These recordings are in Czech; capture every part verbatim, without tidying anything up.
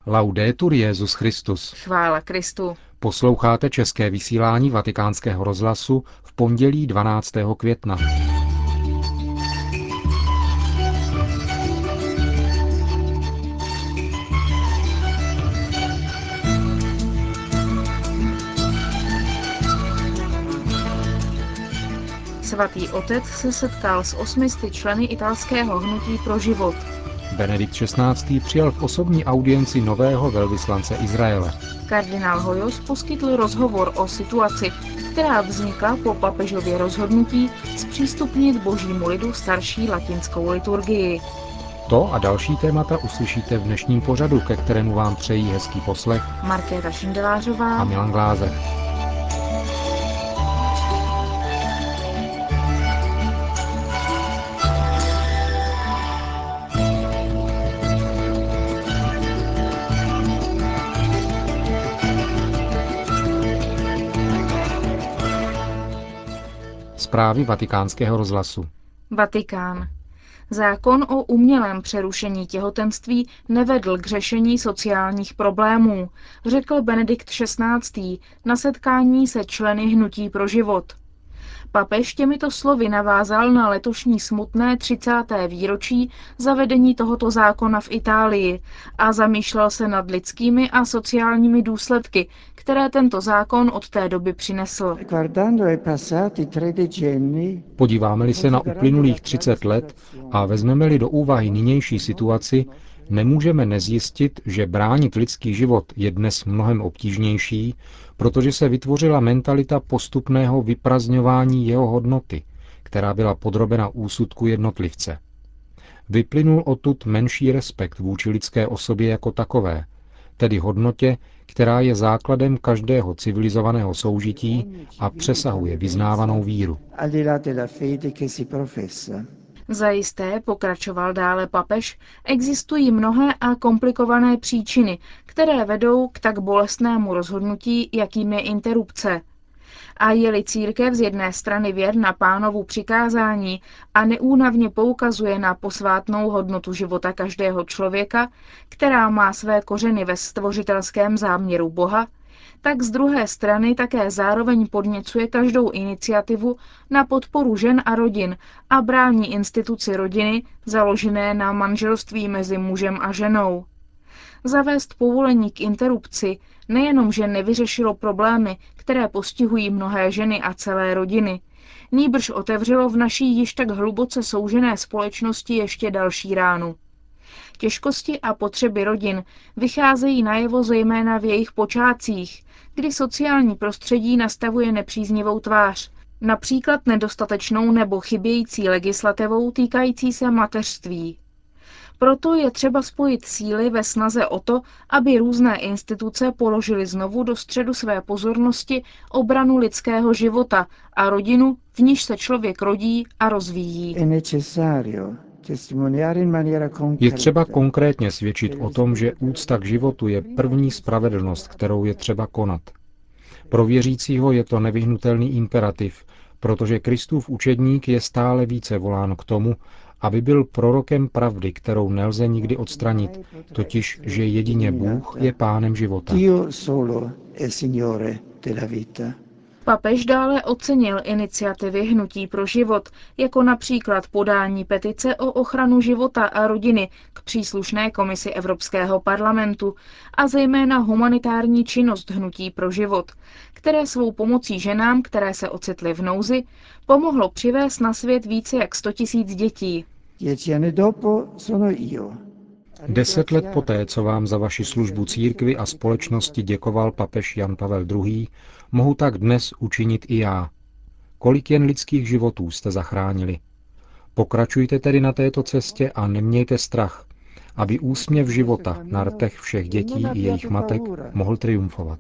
Laudetur Jesus Christus. Chvála Kristu. Posloucháte české vysílání Vatikánského rozhlasu v pondělí dvanáctého května. Svatý otec se setkal s osmisty členy italského hnutí pro život. Benedikt šestnáctý přijal v osobní audienci nového velvyslance Izraele. Kardinál Hoyos poskytl rozhovor o situaci, která vznikla po papežově rozhodnutí zpřístupnit božímu lidu starší latinskou liturgii. To a další témata uslyšíte v dnešním pořadu, ke kterému vám přejí hezký poslech Markéta Šindelářová a Milan Glázer. Zprávy Vatikánského rozhlasu. Vatikán. Zákon o umělém přerušení těhotenství nevedl k řešení sociálních problémů, řekl Benedikt šestnáctý na setkání se členy Hnutí pro život. Papež těmito slovy navázal na letošní smutné třicáté výročí zavedení tohoto zákona v Itálii a zamýšlel se nad lidskými a sociálními důsledky, které tento zákon od té doby přinesl. Podíváme-li se na uplynulých třicet let a vezmeme-li do úvahy nynější situaci, nemůžeme nezjistit, že bránit lidský život je dnes mnohem obtížnější, protože se vytvořila mentalita postupného vyprazňování jeho hodnoty, která byla podrobena úsudku jednotlivce. Vyplynul odtud menší respekt vůči lidské osobě jako takové, tedy hodnotě, která je základem každého civilizovaného soužití a přesahuje vyznávanou víru. Zajisté, pokračoval dále papež, existují mnohé a komplikované příčiny, které vedou k tak bolestnému rozhodnutí, jakým je interrupce. A je-li církev z jedné strany věrna Pánovu přikázání a neúnavně poukazuje na posvátnou hodnotu života každého člověka, která má své kořeny ve stvořitelském záměru Boha, tak z druhé strany také zároveň podněcuje každou iniciativu na podporu žen a rodin a brání instituci rodiny založené na manželství mezi mužem a ženou. Zavést povolení k interrupci nejenom, že nevyřešilo problémy, které postihují mnohé ženy a celé rodiny, nýbrž otevřelo v naší již tak hluboce soužené společnosti ještě další ránu. Těžkosti a potřeby rodin vycházejí najevo zejména v jejich počátcích, kdy sociální prostředí nastavuje nepříznivou tvář, například nedostatečnou nebo chybějící legislativou týkající se mateřství. Proto je třeba spojit síly ve snaze o to, aby různé instituce položily znovu do středu své pozornosti obranu lidského života a rodinu, v níž se člověk rodí a rozvíjí. Je třeba konkrétně svědčit o tom, že úcta k životu je první spravedlnost, kterou je třeba konat. Pro věřícího je to nevyhnutelný imperativ, protože Kristův učedník je stále více volán k tomu, aby byl prorokem pravdy, kterou nelze nikdy odstranit, totiž, že jedině Bůh je pánem života. Papež dále ocenil iniciativy Hnutí pro život, jako například podání petice o ochranu života a rodiny k příslušné komisi Evropského parlamentu a zejména humanitární činnost Hnutí pro život, které svou pomocí ženám, které se ocitly v nouzi, pomohlo přivést na svět více jak sto tisíc dětí. Deset let poté, co vám za vaši službu církvi a společnosti děkoval papež Jan Pavel druhý., mohu tak dnes učinit i já. Kolik jen lidských životů jste zachránili. Pokračujte tedy na této cestě a nemějte strach, aby úsměv života na rtech všech dětí i jejich matek mohl triumfovat.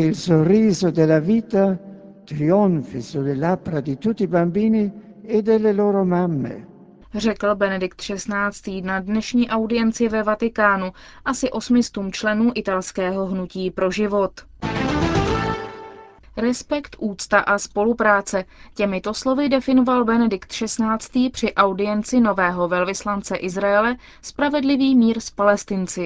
Řekl Benedikt šestnáctý na dnešní audienci ve Vatikánu asi osmistům členů italského Hnutí pro život. Respekt, úcta a spolupráce. Těmito slovy definoval Benedikt šestnáctý při audienci nového velvyslance Izraele Spravedlivý mír s Palestinci.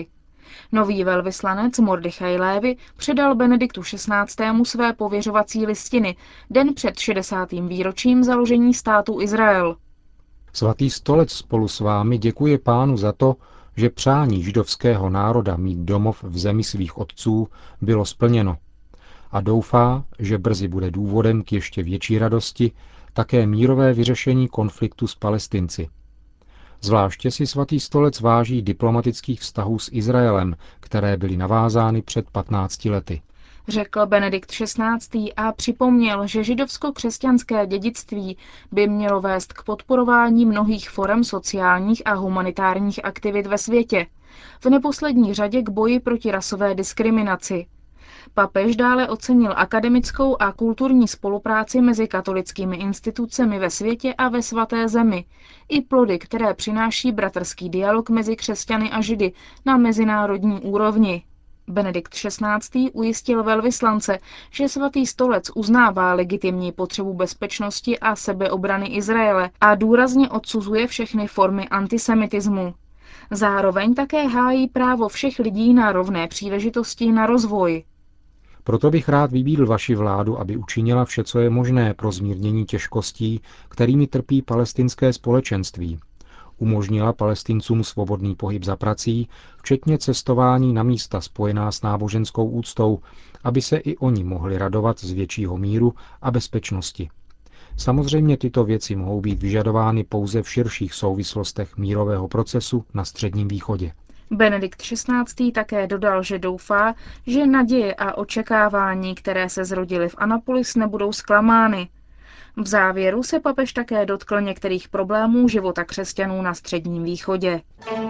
Nový velvyslanec Mordechaj Lévy předal Benediktu šestnáctému své pověřovací listiny den před šedesátým výročím založení státu Izrael. Svatý stolec spolu s vámi děkuje Pánu za to, že přání židovského národa mít domov v zemi svých otců bylo splněno a doufá, že brzy bude důvodem k ještě větší radosti také mírové vyřešení konfliktu s Palestinci. Zvláště si svatý stolec váží diplomatických vztahů s Izraelem, které byly navázány před patnácti lety. Řekl Benedikt šestnáctý a připomněl, že židovsko-křesťanské dědictví by mělo vést k podporování mnohých forem sociálních a humanitárních aktivit ve světě, v neposlední řadě k boji proti rasové diskriminaci. Papež dále ocenil akademickou a kulturní spolupráci mezi katolickými institucemi ve světě a ve svaté zemi, i plody, které přináší bratrský dialog mezi křesťany a židy na mezinárodní úrovni. Benedikt šestnáctý ujistil velvyslance, že svatý stolec uznává legitimní potřebu bezpečnosti a sebeobrany Izraele a důrazně odsuzuje všechny formy antisemitismu. Zároveň také hájí právo všech lidí na rovné příležitosti na rozvoj. Proto bych rád vybídl vaši vládu, aby učinila vše, co je možné pro zmírnění těžkostí, kterými trpí palestinské společenství. Umožnila Palestincům svobodný pohyb za prací, včetně cestování na místa spojená s náboženskou úctou, aby se i oni mohli radovat z většího míru a bezpečnosti. Samozřejmě tyto věci mohou být vyžadovány pouze v širších souvislostech mírového procesu na Středním východě. Benedikt šestnáctý také dodal, že doufá, že naděje a očekávání, které se zrodily v Anapolis, nebudou zklamány. V závěru se papež také dotkl některých problémů života křesťanů na Středním východě.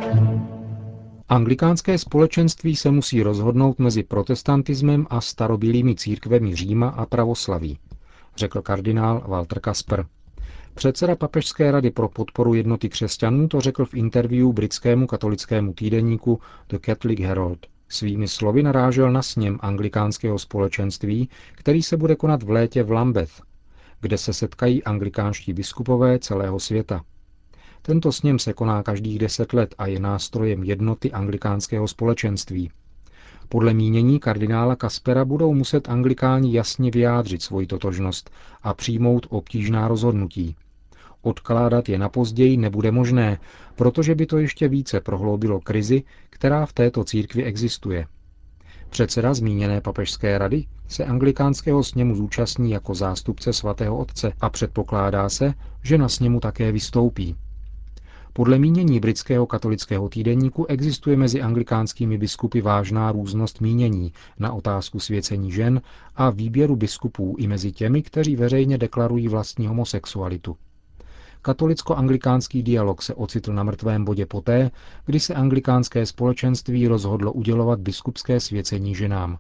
Anglikánské společenství se musí rozhodnout mezi protestantismem a starobylými církvemi Říma a pravoslaví, řekl kardinál Walter Kasper. Předseda Papežské rady pro podporu jednoty křesťanů to řekl v interview britskému katolickému týdeníku The Catholic Herald. Svými slovy narážel na sněm anglikánského společenství, který se bude konat v létě v Lambeth, kde se setkají anglikánští biskupové celého světa. Tento sněm se koná každých deset let a je nástrojem jednoty anglikánského společenství. Podle mínění kardinála Kaspera budou muset anglikáni jasně vyjádřit svoji totožnost a přijmout obtížná rozhodnutí. Odkládat je na později nebude možné, protože by to ještě více prohloubilo krizi, která v této církvi existuje. Předseda zmíněné papežské rady se anglikánského sněmu zúčastní jako zástupce svatého otce a předpokládá se, že na sněmu také vystoupí. Podle mínění britského katolického týdeníku existuje mezi anglikánskými biskupy vážná různost mínění na otázku svěcení žen a výběru biskupů i mezi těmi, kteří veřejně deklarují vlastní homosexualitu. Katolicko-anglikánský dialog se ocitl na mrtvém bodě poté, kdy se anglikánské společenství rozhodlo udělovat biskupské svěcení ženám.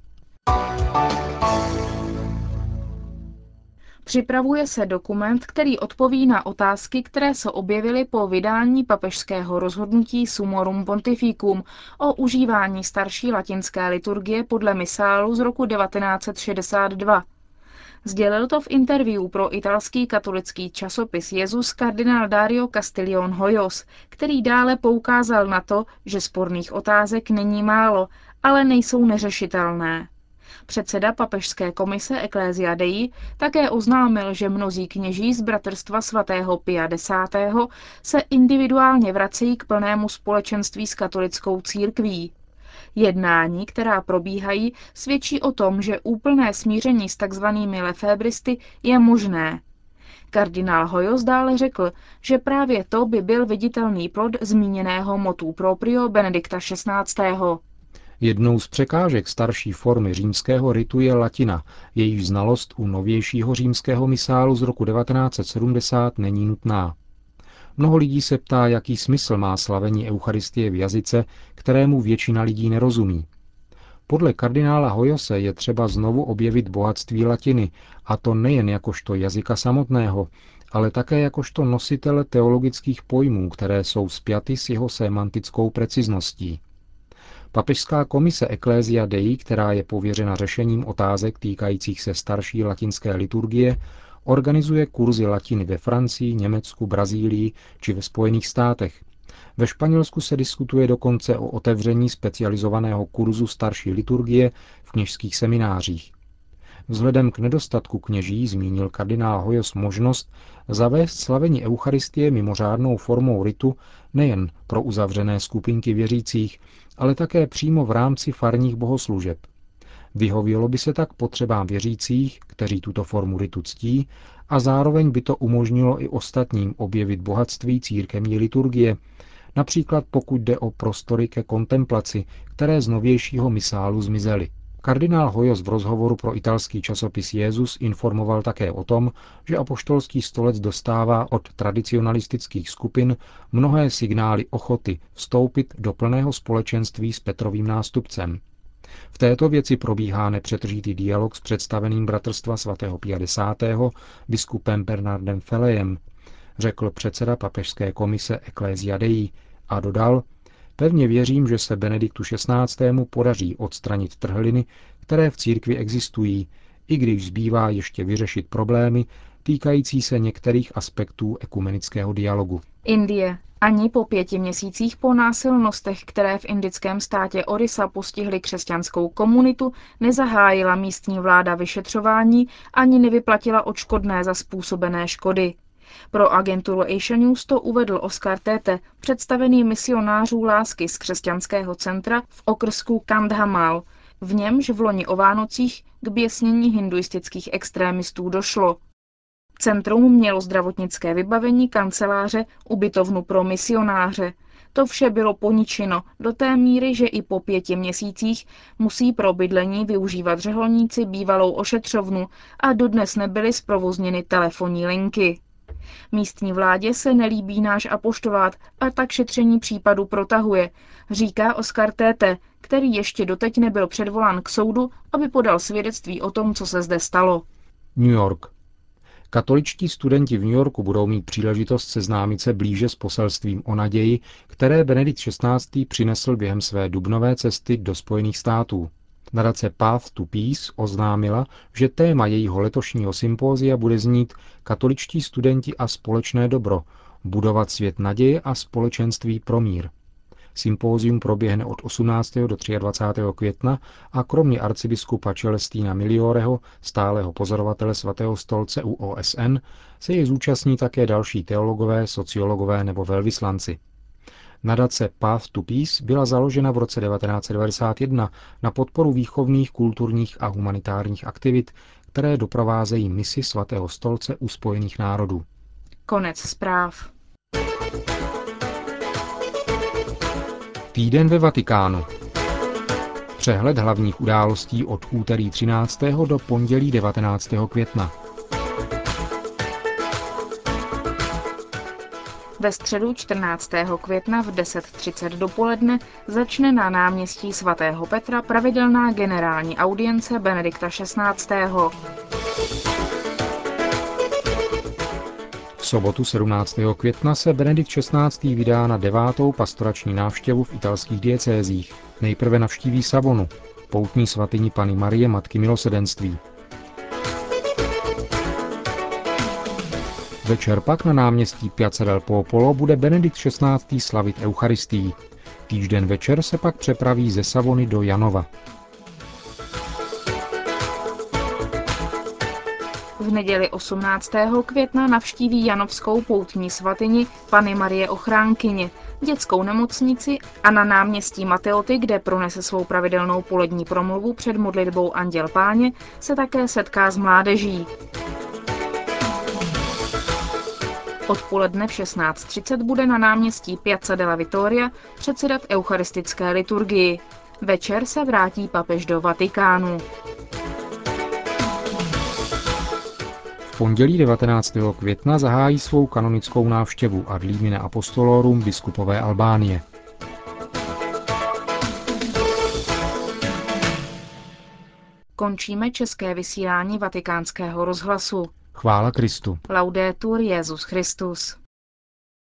Připravuje se dokument, který odpoví na otázky, které se objevily po vydání papežského rozhodnutí Summorum Pontificum o užívání starší latinské liturgie podle misálu z roku devatenáct set šedesát dva. Sdělil to v interview pro italský katolický časopis Jesus kardinál Dario Castiglione Hoyos, který dále poukázal na to, že sporných otázek není málo, ale nejsou neřešitelné. Předseda papežské komise Ecclesia Dei také oznámil, že mnozí kněží z bratrstva svatého Pia desátého se individuálně vracejí k plnému společenství s katolickou církví. Jednání, která probíhají, svědčí o tom, že úplné smíření s takzvanými lefébristy je možné. Kardinál Hoyos dále řekl, že právě to by byl viditelný plod zmíněného motu proprio Benedikta šestnáctého. Jednou z překážek starší formy římského ritu je latina, jejíž znalost u novějšího římského misálu z roku devatenáct set sedmdesát není nutná. Mnoho lidí se ptá, jaký smysl má slavení eucharistie v jazyce, kterému většina lidí nerozumí. Podle kardinála Hoyose je třeba znovu objevit bohatství latiny, a to nejen jakožto jazyka samotného, ale také jakožto nositele teologických pojmů, které jsou spjaty s jeho sémantickou precizností. Papežská komise Ecclesia Dei, která je pověřena řešením otázek týkajících se starší latinské liturgie, organizuje kurzy latiny ve Francii, Německu, Brazílii či ve Spojených státech. Ve Španělsku se diskutuje dokonce o otevření specializovaného kurzu starší liturgie v kněžských seminářích. Vzhledem k nedostatku kněží zmínil kardinál Hoyos možnost zavést slavení eucharistie mimořádnou formou ritu nejen pro uzavřené skupinky věřících, ale také přímo v rámci farních bohoslužeb. Vyhovělo by se tak potřebám věřících, kteří tuto formu ritu ctí, a zároveň by to umožnilo i ostatním objevit bohatství církevní liturgie, například pokud jde o prostory ke kontemplaci, které z novějšího misálu zmizely. Kardinál Hoyos v rozhovoru pro italský časopis Jesus informoval také o tom, že apoštolský stolec dostává od tradicionalistických skupin mnohé signály ochoty vstoupit do plného společenství s Petrovým nástupcem. V této věci probíhá nepřetržitý dialog s představeným bratrstva svatého Pia X. biskupem Bernardem Felejem, řekl předseda papežské komise Ecclesia Dei a dodal: Pevně věřím, že se Benediktu šestnáctému podaří odstranit trhliny, které v církvi existují, i když zbývá ještě vyřešit problémy týkající se některých aspektů ekumenického dialogu. Indie. Ani po pěti měsících po násilnostech, které v indickém státě Orissa postihly křesťanskou komunitu, nezahájila místní vláda vyšetřování ani nevyplatila odškodné za způsobené škody. Pro agenturu Asia News to uvedl Oscar Tete, představený misionářů lásky z křesťanského centra v okrsku Kandhamal. V němž v loni o Vánocích k běsnění hinduistických extrémistů došlo. Centrum mělo zdravotnické vybavení, kanceláře, ubytovnu pro misionáře. To vše bylo poničeno do té míry, že i po pěti měsících musí pro bydlení využívat řeholníci bývalou ošetřovnu a dodnes nebyly zprovozněny telefonní linky. Místní vládě se nelíbí náš apoštolát a tak šetření případu protahuje, říká Oscar Tete, který ještě doteď nebyl předvolán k soudu, aby podal svědectví o tom, co se zde stalo. New York. Katoličtí studenti v New Yorku budou mít příležitost seznámit se blíže s poselstvím o naději, které Benedikt šestnáctý. Přinesl během své dubnové cesty do Spojených států. Nadace Path to Peace oznámila, že téma jejího letošního sympózia bude znít Katoličtí studenti a společné dobro, budovat svět naděje a společenství pro mír. Sympózium proběhne od osmnáctého do dvacátého třetího května a kromě arcibiskupa Celestína Milioreho, stálého pozorovatele svatého stolce u O S N, se jej zúčastní také další teologové, sociologové nebo velvyslanci. Nadace Path to Peace byla založena v roce devatenáct set devadesát jedna na podporu výchovných, kulturních a humanitárních aktivit, které doprovázejí misi svatého stolce u Spojených národů. Konec zpráv. Týden ve Vatikánu. Přehled hlavních událostí od úterý třináctého do pondělí devatenáctého května. Ve středu čtrnáctého května v deset třicet dopoledne začne na náměstí svatého Petra pravidelná generální audience Benedikta šestnáctého. V sobotu sedmnáctého května se Benedikt šestnáctý. Vydá na devátou pastorační návštěvu v italských diecézích. Nejprve navštíví Savonu, poutní svatyni Panny Marie Matky milosedenství. Večer pak na náměstí Piazza del Popolo bude Benedikt šestnáctý. Slavit eucharistii. Týžden večer se pak přepraví ze Savony do Janova. V neděli osmnáctého května navštíví janovskou poutní svatyni Panny Marie Ochránkyně, dětskou nemocnici a na náměstí Mateoty, kde pronese svou pravidelnou polední promluvu před modlitbou Anděl Páně, se také setká s mládeží. Odpoledne v šestnáct třicet bude na náměstí Piazza della Vittoria předsedat eucharistické liturgii. Večer se vrátí papež do Vatikánu. V pondělí devatenáctého května zahájí svou kanonickou návštěvu Ad limine apostolorum biskupové Albánie. Končíme české vysílání Vatikánského rozhlasu. Chvála Kristu. Laudetur Jesus Christus.